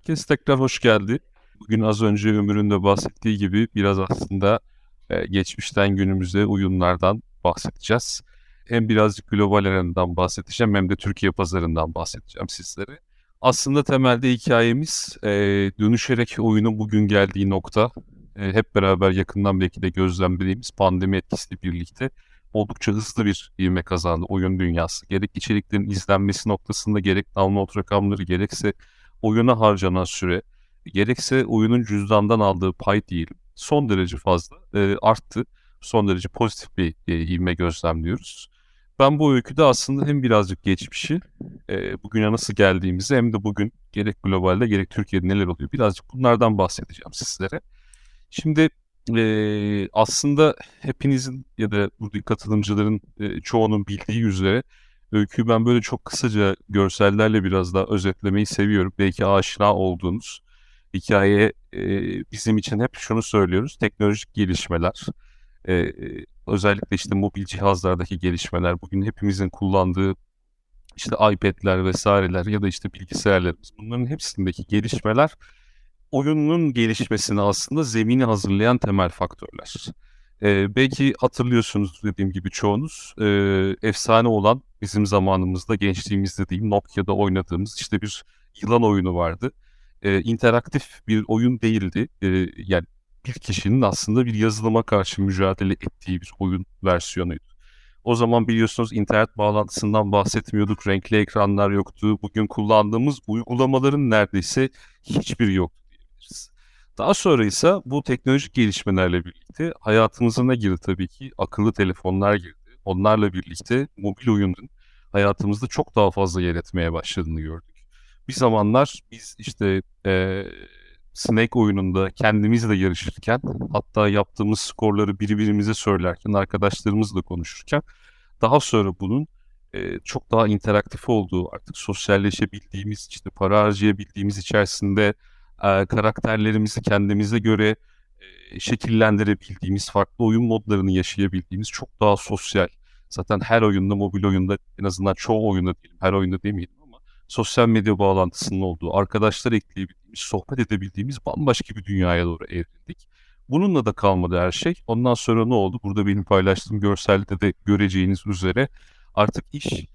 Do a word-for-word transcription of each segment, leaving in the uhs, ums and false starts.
Herkes tekrar hoş geldi. Bugün az önce Ömür'ün de bahsettiği gibi biraz aslında e, geçmişten günümüze oyunlardan bahsedeceğiz. Hem birazcık global arendan bahsedeceğim hem de Türkiye pazarından bahsedeceğim sizlere. Aslında temelde hikayemiz e, dönüşerek oyunun bugün geldiği nokta. E, hep beraber yakından belki de gözlemlediğimiz pandemi etkisiyle birlikte oldukça hızlı bir ivme kazandı oyun dünyası. Gerek içeriklerin izlenmesi noktasında gerek download rakamları gerekse oyuna harcanan süre, gerekse oyunun cüzdandan aldığı pay değil, son derece fazla e, arttı. Son derece pozitif bir e, ivme gözlemliyoruz. Ben bu öyküde aslında hem birazcık geçmişi, e, bugüne nasıl geldiğimizi hem de bugün gerek globalde gerek Türkiye'de neler oluyor birazcık bunlardan bahsedeceğim sizlere. Şimdi e, aslında hepinizin ya da buradaki katılımcıların e, çoğunun bildiği üzere öyküyü ben böyle çok kısaca görsellerle biraz daha özetlemeyi seviyorum. Belki aşina olduğunuz hikaye e, bizim için hep şunu söylüyoruz. Teknolojik gelişmeler, e, özellikle işte mobil cihazlardaki gelişmeler, bugün hepimizin kullandığı işte iPad'ler vesaireler ya da işte bilgisayarlarımız, bunların hepsindeki gelişmeler oyunun gelişmesini aslında zemini hazırlayan temel faktörler. Ee, belki hatırlıyorsunuz dediğim gibi çoğunuz e, efsane olan bizim zamanımızda gençliğimizde diyeyim Nokia'da oynadığımız işte bir yılan oyunu vardı. Ee, interaktif bir oyun değildi. Ee, yani bir kişinin aslında bir yazılıma karşı mücadele ettiği bir oyun versiyonuydu. O zaman biliyorsunuz internet bağlantısından bahsetmiyorduk, renkli ekranlar yoktu. Bugün kullandığımız uygulamaların neredeyse hiçbiri yoktu diyebiliriz. Daha sonra ise bu teknolojik gelişmelerle birlikte hayatımıza ne girdi tabii ki? Akıllı telefonlar girdi. Onlarla birlikte mobil oyunun hayatımızda çok daha fazla yer etmeye başladığını gördük. Bir zamanlar biz işte e, Snake oyununda kendimizle yarışırken, hatta yaptığımız skorları birbirimize söylerken, arkadaşlarımızla konuşurken, daha sonra bunun e, çok daha interaktif olduğu, artık sosyalleşebildiğimiz, işte para harcayabildiğimiz, içerisinde e, karakterlerimizi kendimize göre e, şekillendirebildiğimiz, farklı oyun modlarını yaşayabildiğimiz çok daha sosyal. Zaten her oyunda, mobil oyunda, en azından çoğu oyunda diyelim, her oyunda demeyelim ama sosyal medya bağlantısının olduğu, arkadaşlar ekleyebildiğimiz, sohbet edebildiğimiz bambaşka bir dünyaya doğru evrildik. Bununla da kalmadı her şey. Ondan sonra ne oldu? Burada benim paylaştığım görselde de göreceğiniz üzere artık iş e,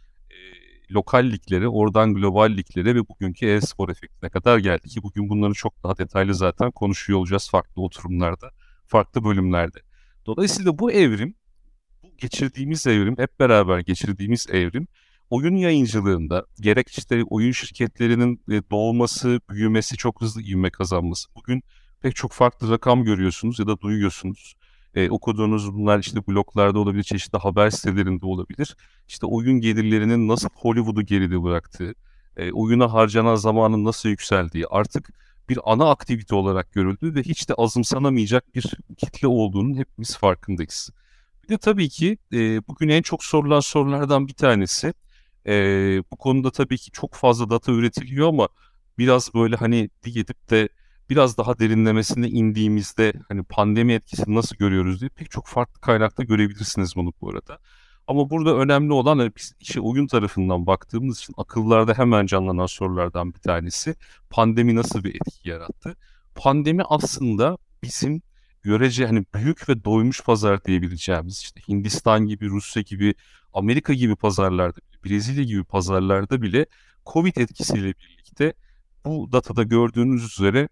lokal liglere, oradan global liglere ve bugünkü e-spor efektine kadar geldi ki bugün bunları çok daha detaylı zaten konuşuyor olacağız farklı oturumlarda, farklı bölümlerde. Dolayısıyla bu evrim, bu geçirdiğimiz evrim, hep beraber geçirdiğimiz evrim, oyun yayıncılığında gerek işte oyun şirketlerinin e, doğması, büyümesi, çok hızlı ivme kazanması. Bugün pek çok farklı rakam görüyorsunuz ya da duyuyorsunuz. E, okuduğunuz bunlar işte bloglarda olabilir, çeşitli haber sitelerinde olabilir. İşte oyun gelirlerinin nasıl Hollywood'u geride bıraktığı, e, oyuna harcanan zamanın nasıl yükseldiği, artık bir ana aktivite olarak görüldüğü ve hiç de azımsanamayacak bir kitle olduğunun hepimiz farkındayız. Bir de tabii ki e, bugün en çok sorulan sorulardan bir tanesi. E, bu konuda tabii ki çok fazla data üretiliyor ama biraz böyle hani gidip de biraz daha derinlemesine indiğimizde hani pandemi etkisini nasıl görüyoruz diye pek çok farklı kaynakta görebilirsiniz bunu bu arada. Ama burada önemli olan hani biz işe oyun tarafından baktığımız için akıllarda hemen canlanan sorulardan bir tanesi pandemi nasıl bir etki yarattı? Pandemi aslında bizim görece hani büyük ve doymuş pazar diyebileceğimiz işte Hindistan gibi, Rusya gibi, Amerika gibi pazarlarda, Brezilya gibi pazarlarda bile Covid etkisiyle birlikte bu datada gördüğünüz üzere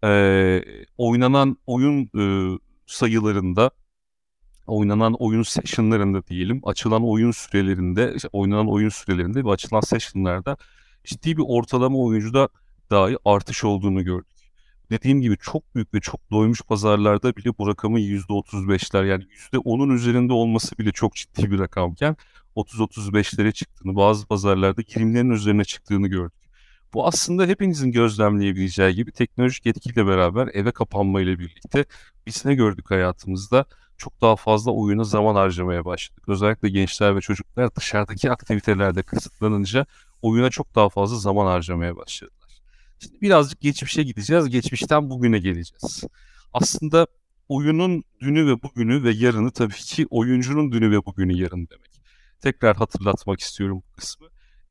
e, oynanan oyun e, sayılarında, oynanan oyun session'larında diyelim, açılan oyun sürelerinde, işte oynanan oyun sürelerinde ve açılan session'larda ciddi bir ortalama oyuncuda dahi artış olduğunu gördük. Dediğim gibi çok büyük ve çok doymuş pazarlarda bile bu rakamın yüzde otuz beşler, yani yüzde onun üzerinde olması bile çok ciddi bir rakamken otuz otuz beşlere çıktığını, bazı pazarlarda yirmilerin üzerine çıktığını gördük. Bu aslında hepinizin gözlemleyebileceği gibi teknolojik etkiyle beraber eve kapanmayla birlikte biz ne gördük hayatımızda? Çok daha fazla oyuna zaman harcamaya başladık. Özellikle gençler ve çocuklar dışarıdaki aktivitelerde kısıtlanınca oyuna çok daha fazla zaman harcamaya başladılar. Şimdi birazcık geçmişe gideceğiz, geçmişten bugüne geleceğiz. Aslında oyunun dünü ve bugünü ve yarını tabii ki oyuncunun dünü ve bugünü yarını demek. Tekrar hatırlatmak istiyorum bu kısmı.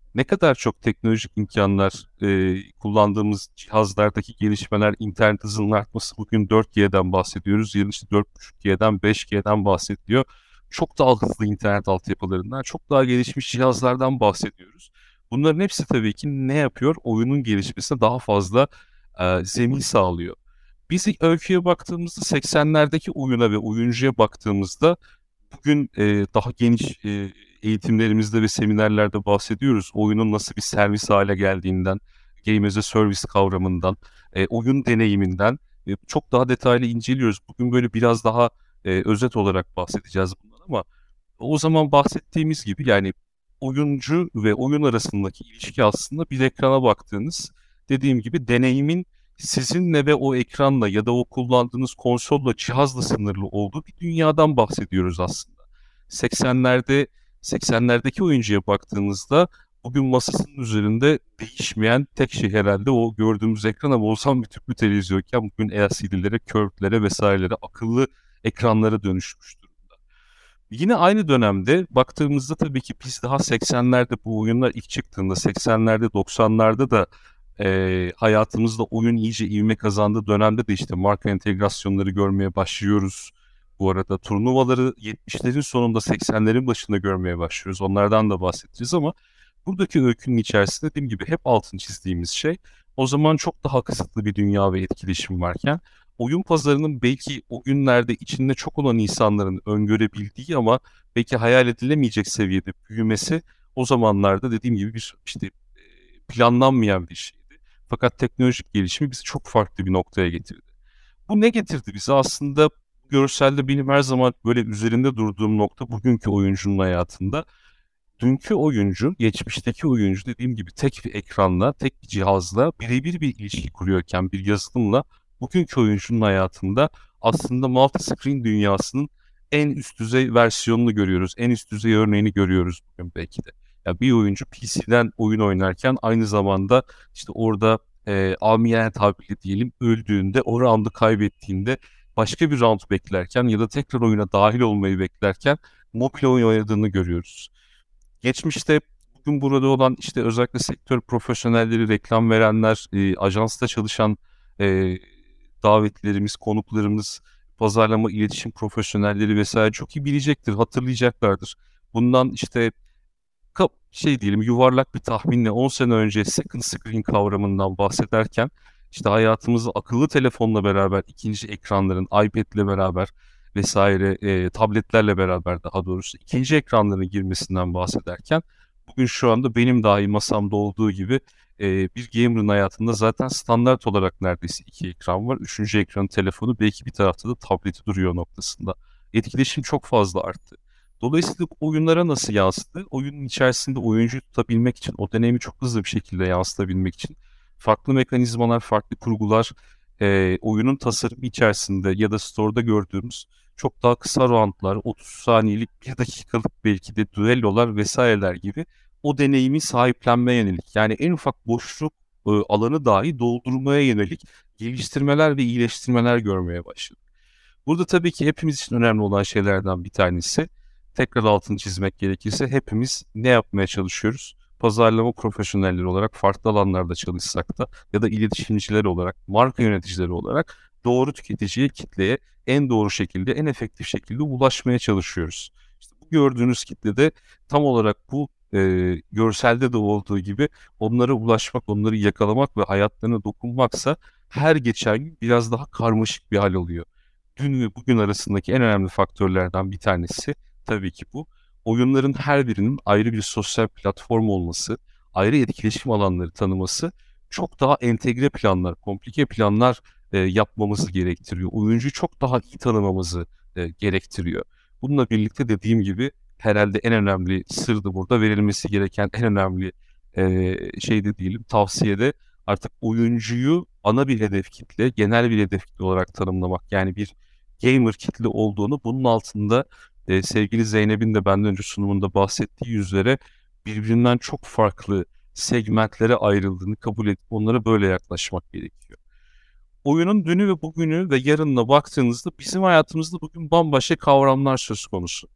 ne kadar çok teknolojik imkanlar, eee, kullandığımız cihazlardaki gelişmeler, internet hızının artması, bugün dört G'den bahsediyoruz. Yarın işte dört buçuk G'den, beş G'den bahsediliyor. Çok daha hızlı internet altyapılarından, çok daha gelişmiş cihazlardan bahsediyoruz. Bunların hepsi tabii ki ne yapıyor? Oyunun gelişmesine daha fazla eee, zemin sağlıyor. Biz ilk öyküye baktığımızda seksenlerdeki oyuna ve oyuncuya baktığımızda bugün eee, daha geniş eee, eğitimlerimizde ve seminerlerde bahsediyoruz. Oyunun nasıl bir servis hale geldiğinden, Game as a Service kavramından, eee, oyun deneyiminden eee, çok daha detaylı inceliyoruz. Bugün böyle biraz daha eee, özet olarak bahsedeceğiz bundan ama o zaman bahsettiğimiz gibi yani oyuncu ve oyun arasındaki ilişki aslında bir ekrana baktığınız, dediğim gibi deneyimin sizinle ve o ekranla ya da o kullandığınız konsolla, cihazla sınırlı olduğu bir dünyadan bahsediyoruz aslında. seksenlerde seksenlerdeki oyuncuya baktığınızda bugün masasının üzerinde değişmeyen tek şey herhalde o gördüğümüz ekran ama olsam bir tüplü televizyonken bugün L C D'lere, curved'lere vesairelere, akıllı ekranlara dönüşmüş durumda. Yine aynı dönemde baktığımızda tabii ki biz daha seksenlerde bu oyunlar ilk çıktığında, seksenlerde doksanlarda da eee, hayatımızda oyun iyice ivme kazandığı dönemde de işte marka entegrasyonları görmeye başlıyoruz. Bu arada turnuvaları yetmişlerin sonunda seksenlerin başında görmeye başlıyoruz. Onlardan da bahsedeceğiz ama buradaki öykünün içerisinde dediğim gibi hep altını çizdiğimiz şey o zaman çok daha kısıtlı bir dünya ve etkileşim varken oyun pazarının belki o günlerde içinde çok olan insanların öngörebildiği ama belki hayal edilemeyecek seviyede büyümesi o zamanlarda dediğim gibi bir işte e, planlanmayan bir şeydi. Fakat teknolojik gelişimi bizi çok farklı bir noktaya getirdi. Bu ne getirdi bize? Aslında görselde benim her zaman böyle üzerinde durduğum nokta bugünkü oyuncunun hayatında. Dünkü oyuncu, geçmişteki oyuncu dediğim gibi tek bir ekranla, tek bir cihazla birebir bir ilişki kuruyorken bir yazılımla bugünkü oyuncunun hayatında aslında multi-screen dünyasının en üst düzey versiyonunu görüyoruz. En üst düzey örneğini görüyoruz bugün belki de. Ya bir oyuncu P C'den oyun oynarken aynı zamanda işte orada e, amiyane tabirle diyelim öldüğünde, o roundu kaybettiğinde başka bir round beklerken ya da tekrar oyuna dahil olmayı beklerken mobil oyun oynadığını görüyoruz. Geçmişte bugün burada olan işte özellikle sektör profesyonelleri, reklam verenler, e, ajansta çalışan e, davetlilerimiz, konuklarımız, pazarlama, iletişim profesyonelleri vesaire çok iyi bilecektir, hatırlayacaklardır. Bundan işte ka- şey diyelim yuvarlak bir tahminle on sene önce second screen kavramından bahsederken işte hayatımızı akıllı telefonla beraber ikinci ekranların iPad'le beraber vesaire e, tabletlerle beraber daha doğrusu ikinci ekranların girmesinden bahsederken bugün şu anda benim dahi masamda olduğu gibi e, bir gamer'ın hayatında zaten standart olarak neredeyse iki ekran var. Üçüncü ekranın telefonu belki bir tarafta da tableti duruyor noktasında. Etkileşim çok fazla arttı. Dolayısıyla oyunlara nasıl yansıdı? Oyunun içerisinde oyuncuyu tutabilmek için, o deneyimi çok hızlı bir şekilde yansıtabilmek için farklı mekanizmalar, farklı kurgular, e, oyunun tasarımı içerisinde ya da store'da gördüğümüz çok daha kısa roundlar, otuz saniyelik, bir dakikalık belki de düellolar vesaireler gibi o deneyimi sahiplenmeye yönelik. Yani en ufak boşluk e, alanı dahi doldurmaya yönelik geliştirmeler ve iyileştirmeler görmeye başladık. Burada tabii ki hepimiz için önemli olan şeylerden bir tanesi, tekrar altını çizmek gerekirse hepimiz ne yapmaya çalışıyoruz? Pazarlama profesyonelleri olarak farklı alanlarda çalışsak da ya da iletişimciler olarak, marka yöneticileri olarak doğru tüketiciye, kitleye en doğru şekilde, en efektif şekilde ulaşmaya çalışıyoruz. İşte bu gördüğünüz kitlede tam olarak bu e, görselde de olduğu gibi onlara ulaşmak, onları yakalamak ve hayatlarına dokunmaksa her geçen gün biraz daha karmaşık bir hal alıyor. Dün ve bugün arasındaki en önemli faktörlerden bir tanesi tabii ki bu. Oyunların her birinin ayrı bir sosyal platform olması, ayrı etkileşim alanları tanıması çok daha entegre planlar, komplike planlar e, yapmamızı gerektiriyor. Oyuncuyu çok daha iyi tanımamızı e, gerektiriyor. Bununla birlikte dediğim gibi herhalde en önemli sırdı burada verilmesi gereken en önemli e, şey de diyelim tavsiyede artık oyuncuyu ana bir hedef kitle, genel bir hedef kitle olarak tanımlamak. Yani bir gamer kitle olduğunu bunun altında e, sevgili Zeynep'in de benden önce sunumunda bahsettiği üzere birbirinden çok farklı segmentlere ayrıldığını kabul edip onlara böyle yaklaşmak gerekiyor. Oyunun dünü ve bugünü ve yarınına baktığınızda bizim hayatımızda bugün bambaşka kavramlar söz konusu.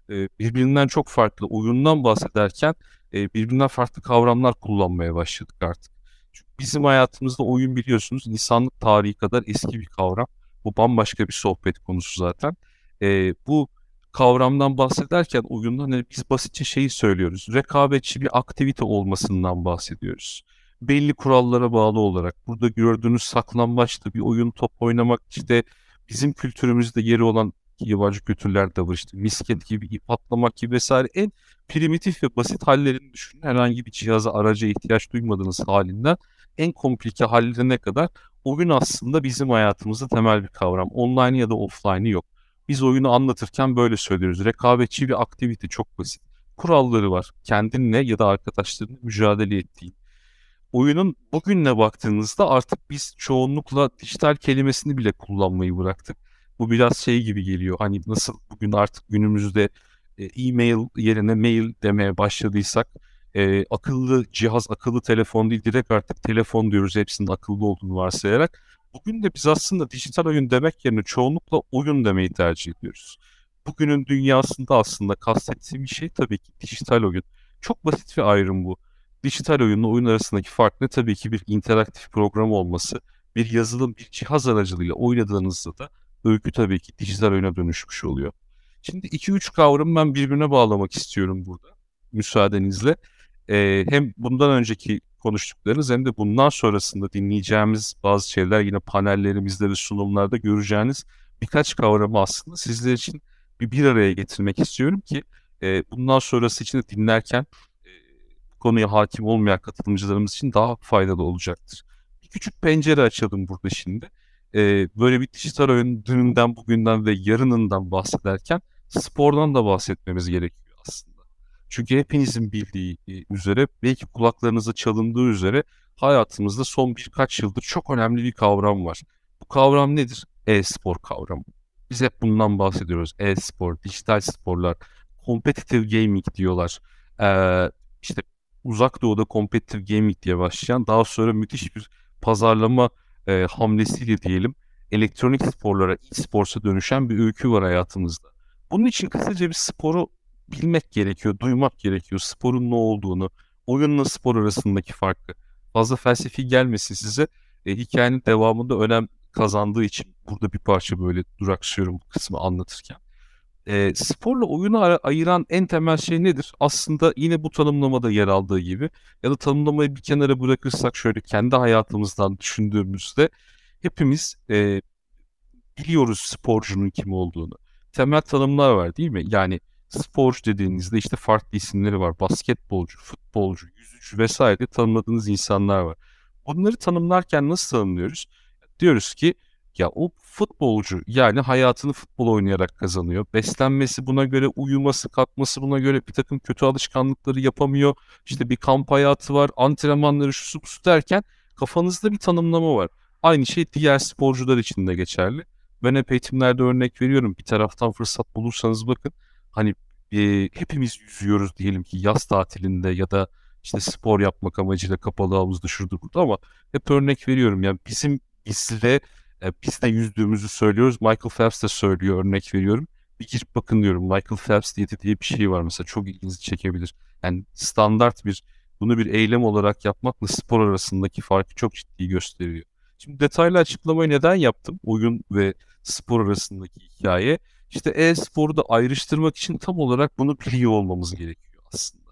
e, birbirinden çok farklı oyundan bahsederken e, birbirinden farklı kavramlar kullanmaya başladık artık. Çünkü bizim hayatımızda oyun biliyorsunuz insanlık tarihi kadar eski bir kavram. Bu bambaşka bir sohbet konusu zaten. E, bu kavramdan bahsederken oyundan hani biz basitçe şeyi söylüyoruz. Rekabetçi bir aktivite olmasından bahsediyoruz. Belli kurallara bağlı olarak burada gördüğünüz saklambaçta bir oyun, top oynamak, işte bizim kültürümüzde yeri olan yabancı kültürler de var, işte misket gibi, ip atlamak gibi vesaire, en primitif ve basit hallerini düşünün. Herhangi bir cihaza, araca ihtiyaç duymadığınız halinden en komplike hallerine kadar oyun aslında bizim hayatımızda temel bir kavram. Online ya da offline'ı yok. Biz oyunu anlatırken böyle söylüyoruz. Rekabetçi bir aktivite, çok basit. Kuralları var. Kendinle ya da arkadaşlarınla mücadele ettiğin. Oyunun bugünle baktığınızda artık biz çoğunlukla dijital kelimesini bile kullanmayı bıraktık. Bu biraz şey gibi geliyor. Hani nasıl bugün artık günümüzde e, e-mail yerine mail demeye başladıysak, e, akıllı cihaz, akıllı telefon değil, direkt artık telefon diyoruz hepsinin akıllı olduğunu varsayarak. Bugün de biz aslında dijital oyun demek yerine çoğunlukla oyun demeyi tercih ediyoruz. Bugünün dünyasında aslında kastettiğim şey tabii ki dijital oyun. Çok basit bir ayrım bu. Dijital oyunla oyun arasındaki fark ne? Tabii ki bir interaktif program olması. Bir yazılım, bir cihaz aracılığıyla oynadığınızda da öykü tabii ki dijital oyuna dönüşmüş oluyor. Şimdi iki üç kavramı ben birbirine bağlamak istiyorum burada, müsaadenizle. Ee, hem bundan önceki konuştuklarınız hem de bundan sonrasında dinleyeceğimiz bazı şeyler, yine panellerimizde ve sunumlarda göreceğiniz birkaç kavramı aslında sizler için bir bir araya getirmek istiyorum ki e, bundan sonrası için de dinlerken e, konuya hakim olmayan katılımcılarımız için daha faydalı olacaktır. Bir küçük pencere açalım burada şimdi. Ee, böyle bir dijital oyun dününden, bugünden ve yarınından bahsederken spordan da bahsetmemiz gerekiyor aslında. Çünkü hepinizin bildiği e, üzere, belki kulaklarınıza çalındığı üzere, hayatımızda son birkaç yıldır çok önemli bir kavram var. Bu kavram nedir? E-spor kavramı. Biz hep bundan bahsediyoruz. E-spor, dijital sporlar, competitive gaming diyorlar. Ee, işte Uzak Doğu'da competitive gaming diye başlayan, daha sonra müthiş bir pazarlama e, hamlesiyle diyelim elektronik sporlara, e-sports'a dönüşen bir öykü var hayatımızda. Bunun için kısaca bir sporu bilmek gerekiyor, duymak gerekiyor. Sporun ne olduğunu, oyunla spor arasındaki farkı. Fazla felsefi gelmesin size. E, hikayenin devamında önem kazandığı için burada bir parça böyle duraksıyorum bu kısmı anlatırken. E, sporla oyunu ara- ayıran en temel şey nedir? Aslında yine bu tanımlamada yer aldığı gibi, ya da tanımlamayı bir kenara bırakırsak şöyle kendi hayatımızdan düşündüğümüzde hepimiz e, biliyoruz sporcunun kim olduğunu. Temel tanımlar var değil mi? Yani sporcu dediğinizde işte farklı isimleri var. Basketbolcu, futbolcu, yüzücü vesaire diye tanımladığınız insanlar var. Bunları tanımlarken nasıl tanımlıyoruz? Diyoruz ki ya o futbolcu, yani hayatını futbol oynayarak kazanıyor. Beslenmesi buna göre, uyuması, kalkması buna göre, bir takım kötü alışkanlıkları yapamıyor. İşte bir kamp hayatı var, antrenmanları, şu su bu su derken kafanızda bir tanımlama var. Aynı şey diğer sporcular için de geçerli. Ben hep eğitimlerde örnek veriyorum. Bir taraftan fırsat bulursanız bakın. Hani e, hepimiz yüzüyoruz diyelim ki yaz tatilinde ya da işte spor yapmak amacıyla kapalı havuzda, şurada burada, ama hep örnek veriyorum. Yani bizim bizle e, biz de yüzdüğümüzü söylüyoruz. Michael Phelps de söylüyor, örnek veriyorum. Bir girip bakın diyorum. Michael Phelps diyeti diye bir şey var mesela. Çok ilginizi çekebilir. Yani standart bir, bunu bir eylem olarak yapmakla spor arasındaki farkı çok ciddi gösteriyor. Şimdi detaylı açıklamayı neden yaptım? Oyun ve spor arasındaki hikaye. İşte e-sporu da ayrıştırmak için tam olarak bunu biliyor olmamız gerekiyor aslında.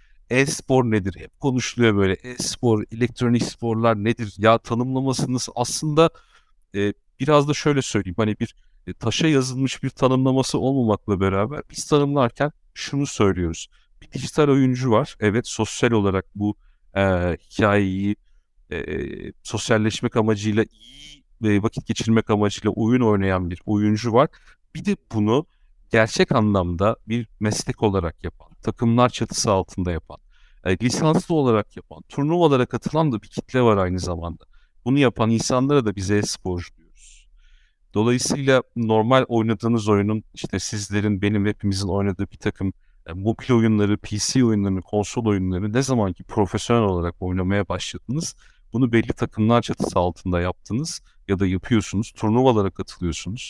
E-spor nedir? Hep konuşuluyor böyle. E-spor, elektronik sporlar nedir? Ya tanımlaması nasıl? Aslında e, biraz da şöyle söyleyeyim. Hani bir e, taşa yazılmış bir tanımlaması olmamakla beraber biz tanımlarken şunu söylüyoruz. Bir dijital oyuncu var. Evet, sosyal olarak bu e, hikayeyi e, sosyalleşmek amacıyla, iyi e, vakit geçirmek amacıyla oyun oynayan bir oyuncu var. Bir de bunu gerçek anlamda bir meslek olarak yapan, takımlar çatısı altında yapan, e, lisanslı olarak yapan, turnuvalara katılan da bir kitle var aynı zamanda. Bunu yapan insanlara da biz e-sporcu diyoruz. Dolayısıyla normal oynadığınız oyunun, işte sizlerin, benim, hepimizin oynadığı bir takım e, mobil oyunları, P C oyunlarını, konsol oyunları ne zaman ki profesyonel olarak oynamaya başladınız, bunu belli takımlar çatısı altında yaptınız ya da yapıyorsunuz, turnuvalara katılıyorsunuz.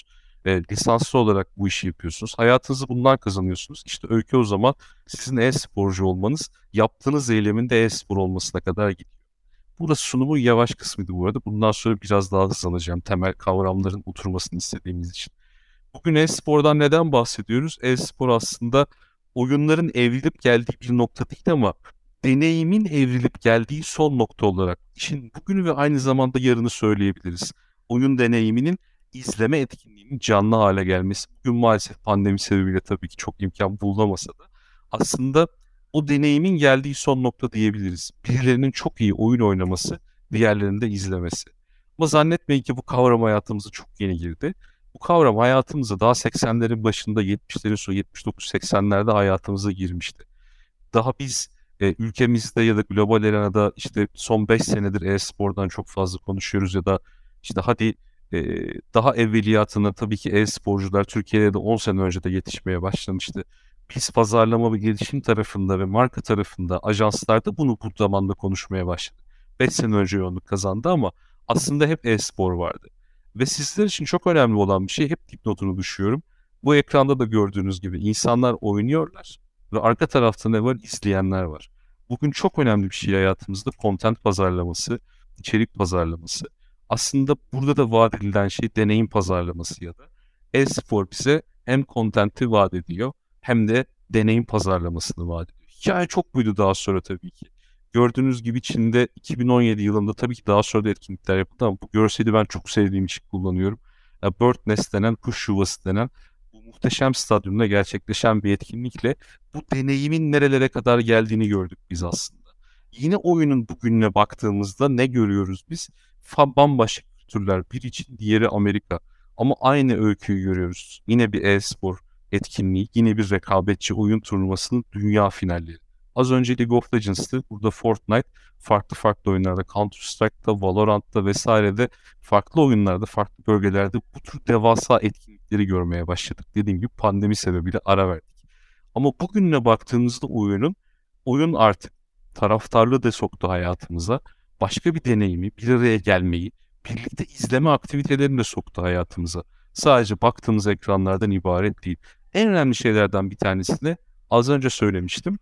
e, lisanslı olarak bu işi yapıyorsunuz. Hayatınızı bundan kazanıyorsunuz. İşte Öykü o zaman sizin e-sporcu olmanız yaptığınız eylemin de e-spor olmasına kadar gidiyor. Burası sunumun yavaş kısmıydı bu arada. Bundan sonra biraz daha hızlanacağım temel kavramların oturmasını istediğimiz için. Bugün e-spordan neden bahsediyoruz? E-spor aslında oyunların evrilip geldiği bir nokta değil ama deneyimin evrilip geldiği son nokta olarak işin bugünü ve aynı zamanda yarını söyleyebiliriz. Oyun deneyiminin izleme etkinliğinin canlı hale gelmesi bugün maalesef pandemi sebebiyle tabii ki çok imkan bulunamasa da aslında o deneyimin geldiği son nokta diyebiliriz. Birilerinin çok iyi oyun oynaması, diğerlerinin de izlemesi. Ama zannetmeyin ki bu kavram hayatımıza çok yeni girdi. Bu kavram hayatımıza daha seksenlerin başında, yetmişlerin sonu, yetmiş dokuz seksenlerde hayatımıza girmişti. Daha biz e, ülkemizde ya da global arenada işte son beş senedir e-spordan çok fazla konuşuyoruz ya da işte hadi e, daha evveliyatında tabii ki e-sporcular Türkiye'de de on sene önce de yetişmeye başlamıştı. Biz pazarlama ve gelişim tarafında ve marka tarafında ajanslarda bunu bu zamanda konuşmaya başladık. beş sene önce yoğunluk kazandı ama aslında hep e-spor vardı. Ve sizler için çok önemli olan bir şey, hep dipnotunu düşüyorum. Bu ekranda da gördüğünüz gibi insanlar oynuyorlar ve arka tarafta ne var? İzleyenler var. Bugün çok önemli bir şey hayatımızda content pazarlaması, içerik pazarlaması. Aslında burada da vaat edilen şey deneyim pazarlaması ya da e-spor bize hem content'i vaat ediyor hem de deneyim pazarlamasını vaat ediyor. Hikaye çok buydu daha sonra tabii ki. Gördüğünüz gibi Çin'de iki bin on yedi yılında tabii ki daha sonra da etkinlikler yapıldı ama bu görseli ben çok sevdiğim için kullanıyorum. Bird Nest denen, kuş yuvası denen bu muhteşem stadyumda gerçekleşen bir etkinlikle bu deneyimin nerelere kadar geldiğini gördük biz aslında. Yine oyunun bugününe baktığımızda ne görüyoruz biz? Fa bambaşka türler. Bir için diğeri Amerika. Ama aynı öyküyü görüyoruz. Yine bir e-spor etkinliği, yine bir rekabetçi oyun turnuvasının dünya finalleri. Az önce League of Legends'tı. Burada Fortnite, farklı farklı oyunlarda, Counter Strike'da, Valorant'ta vesairede, farklı oyunlarda, farklı bölgelerde bu tür devasa etkinlikleri görmeye başladık. Dediğim gibi pandemi sebebiyle ara verdik. Ama bugününe baktığımızda oyunun, oyun artık taraftarlığı da soktu hayatımıza. Başka bir deneyimi, bir araya gelmeyi, birlikte izleme aktivitelerini de soktu hayatımıza. Sadece baktığımız ekranlardan ibaret değil. En önemli şeylerden bir tanesini az önce söylemiştim.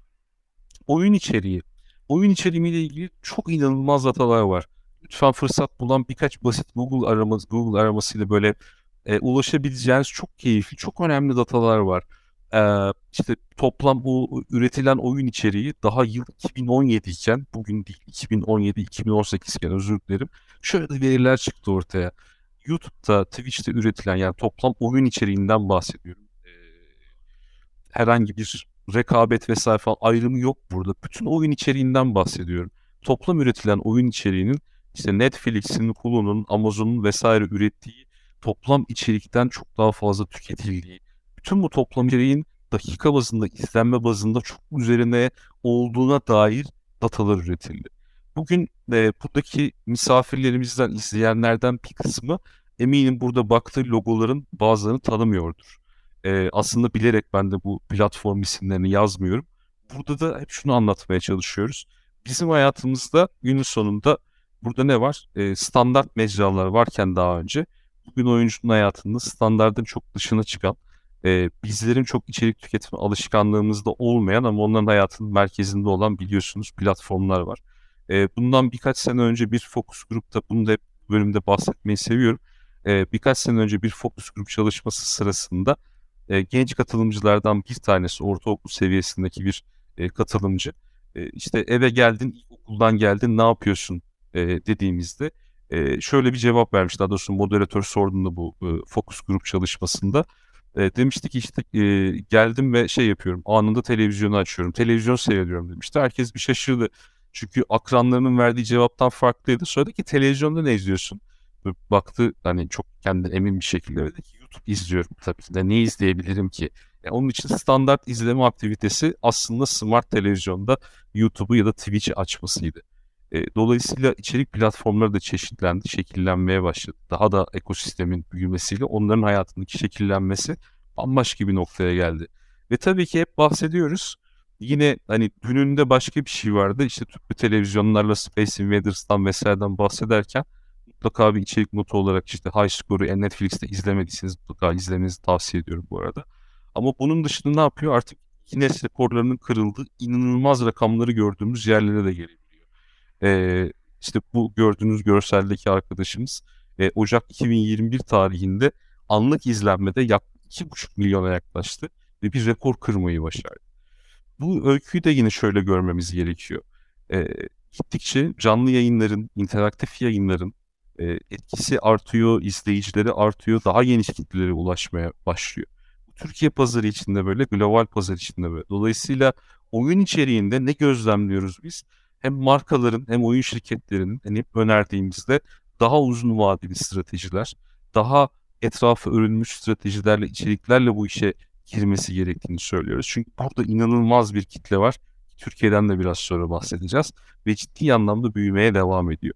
Oyun içeriği. Oyun içeriğiyle ilgili çok inanılmaz datalar var. Lütfen fırsat bulan birkaç basit Google araması, Google aramasıyla böyle e, ulaşabileceğiniz çok keyifli, çok önemli datalar var. E, işte toplam bu üretilen oyun içeriği daha yıl iki bin on yedi iken, bugün değil iki bin on yedi iki bin on sekiz iken, özür dilerim. Şöyle de veriler çıktı ortaya. YouTube'da, Twitch'te üretilen, yani toplam oyun içeriğinden bahsediyorum. E, herhangi bir rekabet vesaire falan ayrımı yok burada. Bütün oyun içeriğinden bahsediyorum. Toplam üretilen oyun içeriğinin işte Netflix'in, Hulu'nun, Amazon'un vesaire ürettiği toplam içerikten çok daha fazla tüketildiği, bütün bu toplam içeriğin dakika bazında, izlenme bazında çok üzerine olduğuna dair datalar üretildi. Bugün e, buradaki misafirlerimizden, izleyenlerden bir kısmı eminim burada baktığı logoların bazılarını tanımıyordur. Ee, aslında bilerek ben de bu platform isimlerini yazmıyorum. Burada da hep şunu anlatmaya çalışıyoruz. Bizim hayatımızda günün sonunda burada ne var? Ee, standart mecralar varken daha önce bugün oyuncunun hayatında standartın çok dışına çıkan, e, bizlerin çok içerik tüketme alışkanlığımızda olmayan ama onların hayatının merkezinde olan, biliyorsunuz, platformlar var. E, bundan birkaç sene önce bir focus grupta, bunu da hep bölümde bahsetmeyi seviyorum. E, birkaç sene önce bir focus grup çalışması sırasında e, genç katılımcılardan bir tanesi, ortaokul seviyesindeki bir e, katılımcı, e, işte eve geldin, okuldan geldin, ne yapıyorsun e, dediğimizde e, şöyle bir cevap vermiş. Daha doğrusu moderatör sorduğunda bu e, focus grup çalışmasında e, demişti ki işte e, geldim ve şey yapıyorum, anında televizyonu açıyorum, televizyon seyrediyorum demişti. Herkes bir şaşırdı. Çünkü akranlarının verdiği cevaptan farklıydı. Sonra dedi ki televizyonda ne izliyorsun? Baktı, hani çok kendine emin bir şekilde dedi ki YouTube izliyorum, tabii ki de ne izleyebilirim ki? Yani onun için standart izleme aktivitesi aslında smart televizyonda YouTube'u ya da Twitch'i açmasıydı. E, dolayısıyla içerik platformları da çeşitlendi, şekillenmeye başladı. Daha da ekosistemin büyümesiyle onların hayatındaki şekillenmesi bambaşka bir noktaya geldi. Ve tabii ki hep bahsediyoruz. Yine hani dününde başka bir şey vardı. İşte tüplü televizyonlarla Space Invaders'tan vesaireden bahsederken mutlaka bir içerik notu olarak işte High Score'u Netflix'te izlemediyseniz mutlaka izlemenizi tavsiye ediyorum bu arada. Ama bunun dışında ne yapıyor? Artık Guinness rekorlarının kırıldığı inanılmaz rakamları gördüğümüz yerlere de gelebiliyor. Ee, işte bu gördüğünüz görseldeki arkadaşımız e, Ocak iki bin yirmi bir tarihinde anlık izlenmede yaklaşık iki buçuk milyona yaklaştı ve bir rekor kırmayı başardı. Bu öyküyü de yine şöyle görmemiz gerekiyor. Ee, Gittikçe canlı yayınların, interaktif yayınların e, etkisi artıyor, izleyicileri artıyor, daha geniş kitlelere ulaşmaya başlıyor. Türkiye pazarı içinde böyle, global pazar içinde böyle. Dolayısıyla oyun içeriğinde ne gözlemliyoruz biz? Hem markaların hem oyun şirketlerinin hani hep önerdiğimizde daha uzun vadeli stratejiler, daha etrafı örülmüş stratejilerle, içeriklerle bu işe girmesi gerektiğini söylüyoruz. Çünkü burada inanılmaz bir kitle var. Türkiye'den de biraz sonra bahsedeceğiz ve ciddi anlamda büyümeye devam ediyor.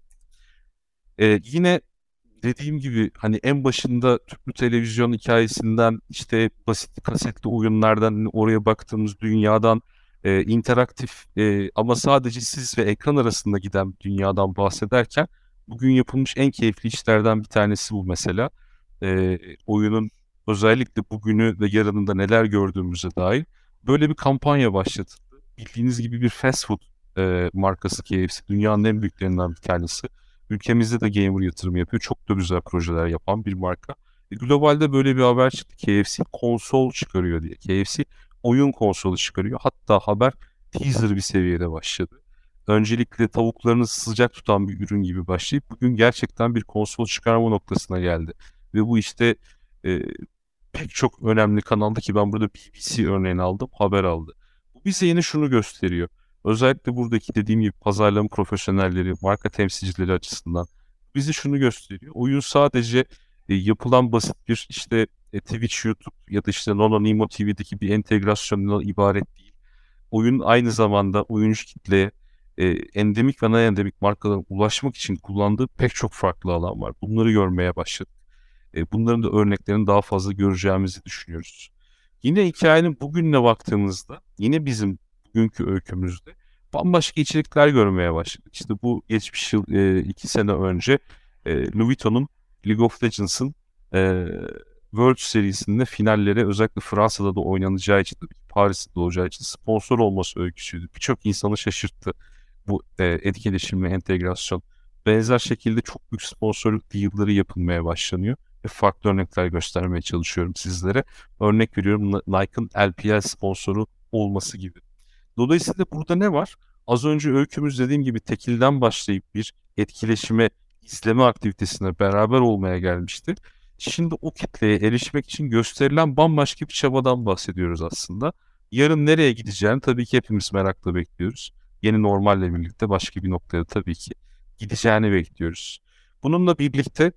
Ee, yine dediğim gibi hani en başında tüplü televizyon hikayesinden işte basit kasetli oyunlardan hani oraya baktığımız dünyadan e, interaktif e, ama sadece siz ve ekran arasında giden bir dünyadan bahsederken bugün yapılmış en keyifli işlerden bir tanesi bu mesela. E, oyunun özellikle bugünü ve yarınında neler gördüğümüze dair böyle bir kampanya başlatıldı. Bildiğiniz gibi bir fast food e, markası K F C dünyanın en büyüklerinden bir tanesi. Ülkemizde de gamer yatırım yapıyor. Çok da güzel projeler yapan bir marka. E, globalde böyle bir haber çıktı. K F C konsol çıkarıyor diye. K F C oyun konsolu çıkarıyor. Hatta haber teaser bir seviyede başladı. Öncelikle tavuklarını sıcak tutan bir ürün gibi başlayıp bugün gerçekten bir konsol çıkarma noktasına geldi. Ve bu işte e, pek çok önemli kanalda ki ben burada B B C örneğini aldım, haber aldı. Bu bize yine şunu gösteriyor. Özellikle buradaki dediğim gibi pazarlama profesyonelleri, marka temsilcileri açısından bize şunu gösteriyor. Oyun sadece e, yapılan basit bir işte e, Twitch, YouTube ya da işte Nono Nemo T V'deki bir entegrasyondan ibaret değil. Oyun aynı zamanda oyuncu kitleye e, endemik ve endemik markalara ulaşmak için kullandığı pek çok farklı alan var. Bunları görmeye başladık. E, bunların da örneklerini daha fazla göreceğimizi düşünüyoruz. Yine hikayenin bugününe baktığımızda yine bizim bugünkü öykümüzde bambaşka içerikler görmeye başladık. İşte bu geçmiş yıl e, iki sene önce e, Louis Vuitton'un League of Legends'ın e, World serisinde finallere özellikle Fransa'da da oynanacağı için, Paris'te de olacağı için sponsor olması öyküsüydü. Birçok insanı şaşırttı bu e, etkileşim ve entegrasyon. Benzer şekilde çok büyük sponsorluk deal'ları yapılmaya başlanıyor ve farklı örnekler göstermeye çalışıyorum sizlere. Örnek veriyorum Nike'ın L P L sponsoru olması gibi. Dolayısıyla burada ne var? Az önce öykümüz dediğim gibi tekilden başlayıp bir etkileşime, izleme aktivitesine beraber olmaya gelmişti. Şimdi o kitleye erişmek için gösterilen bambaşka bir çabadan bahsediyoruz aslında. Yarın nereye gideceğini tabii ki hepimiz merakla bekliyoruz. Yeni normalle birlikte başka bir noktaya tabii ki gideceğini bekliyoruz. Bununla birlikte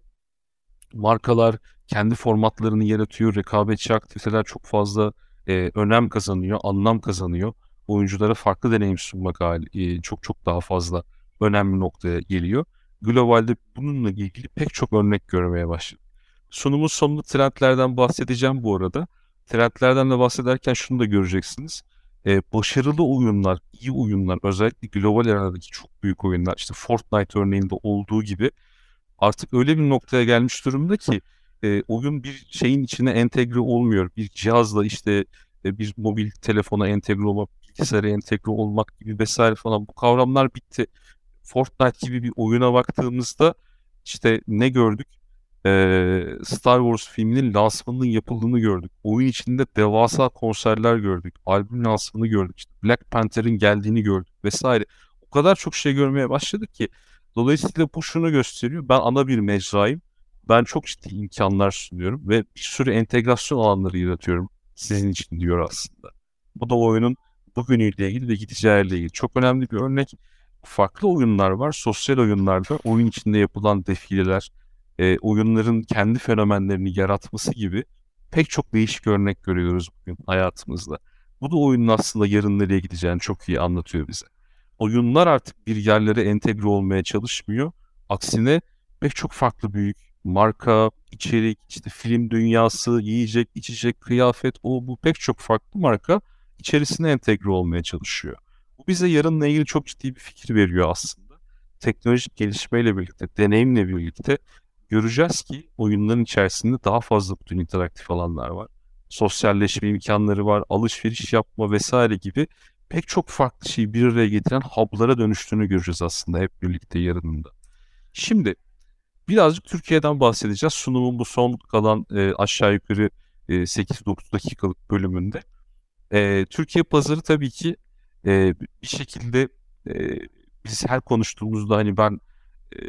markalar kendi formatlarını yaratıyor. Rekabetçi aktiviteler çok fazla e, önem kazanıyor, anlam kazanıyor. Oyunculara farklı deneyim sunmak hali, e, çok çok daha fazla önemli noktaya geliyor. Globalde bununla ilgili pek çok örnek görmeye başladık. Sunumun sonunda trendlerden bahsedeceğim bu arada. Trendlerden de bahsederken şunu da göreceksiniz. E, başarılı oyunlar, iyi oyunlar, özellikle global arenadaki çok büyük oyunlar, işte Fortnite örneğinde olduğu gibi artık öyle bir noktaya gelmiş durumda ki e, oyun bir şeyin içine entegre olmuyor. Bir cihazla işte e, bir mobil telefona entegre olmak, bilgisayara entegre olmak gibi vesaire falan bu kavramlar bitti. Fortnite gibi bir oyuna baktığımızda işte ne gördük? Ee, Star Wars filminin lansmanının yapıldığını gördük. Oyun içinde devasa konserler gördük. Albüm lansmanını gördük. İşte Black Panther'ın geldiğini gördük vesaire. O kadar çok şey görmeye başladık ki dolayısıyla bu şunu gösteriyor. Ben ana bir mecrayım. Ben çok ciddi imkanlar sunuyorum ve bir sürü entegrasyon alanları yaratıyorum sizin için diyor aslında. Bu da oyunun bugünüyle ilgili ve gideceğiyle ilgili çok önemli bir örnek. Farklı oyunlar var. Sosyal oyunlarda oyun içinde yapılan defileler, e, oyunların kendi fenomenlerini yaratması gibi pek çok değişik örnek görüyoruz bugün hayatımızda. Bu da oyunun aslında yarın nereye gideceğini çok iyi anlatıyor bize. Oyunlar artık bir yerlere entegre olmaya çalışmıyor. Aksine pek çok farklı büyük marka, içerik, işte film dünyası, yiyecek, içecek, kıyafet, o bu pek çok farklı marka içerisine entegre olmaya çalışıyor. Bu bize yarınla ilgili çok ciddi bir fikir veriyor aslında. teknolojik gelişmeyle birlikte, deneyimle birlikte göreceğiz ki oyunların içerisinde daha fazla bütün interaktif alanlar var. Sosyalleşme imkanları var, alışveriş yapma vesaire gibi pek çok farklı şeyi bir araya getiren hub'lara dönüştüğünü göreceğiz aslında hep birlikte yarınında. Şimdi birazcık Türkiye'den bahsedeceğiz. Sunumun bu son kalan e, aşağı yukarı e, sekiz dokuz dakikalık bölümünde. E, Türkiye pazarı tabii ki e, bir şekilde e, biz her konuştuğumuzda hani ben e,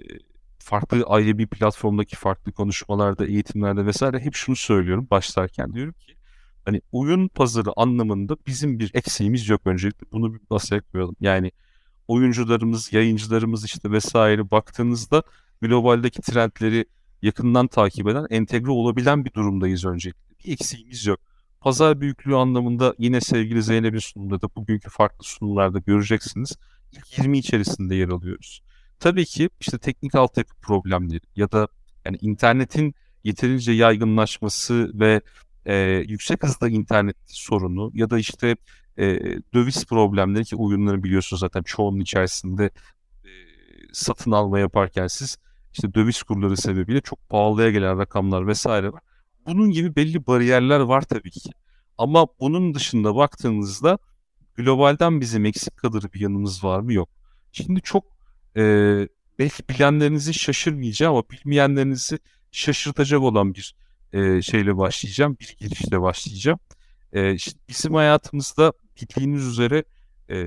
farklı ayrı bir platformdaki farklı konuşmalarda, eğitimlerde vesaire hep şunu söylüyorum başlarken diyorum ki hani oyun pazarı anlamında bizim bir eksiğimiz yok öncelikle bunu bir masaya koyalım. Yani oyuncularımız, yayıncılarımız işte vesaire baktığınızda globaldeki trendleri yakından takip eden, entegre olabilen bir durumdayız öncelikle. Bir eksiğimiz yok. Pazar büyüklüğü anlamında yine sevgili Zeynep'in sunumunda da bugünkü farklı sunumlarda göreceksiniz. İlk yirmi içerisinde yer alıyoruz. Tabii ki işte teknik altyapı problemleri ya da yani internetin yeterince yaygınlaşması ve e, yüksek hızda internet sorunu ya da işte e, döviz problemleri ki oyunları biliyorsunuz zaten çoğunun içerisinde e, satın alma yaparken siz işte döviz kurları sebebiyle çok pahalıya gelen rakamlar vesaire var. Bunun gibi belli bariyerler var tabii ki. Ama bunun dışında baktığınızda globalden bizim eksik kalır bir yanımız var mı? Yok. Şimdi çok e, belki bilenlerinizi şaşırmayacağım ama bilmeyenlerinizi şaşırtacak olan bir e, şeyle başlayacağım. Bir girişle başlayacağım. E, işte bizim hayatımızda bildiğiniz üzere e,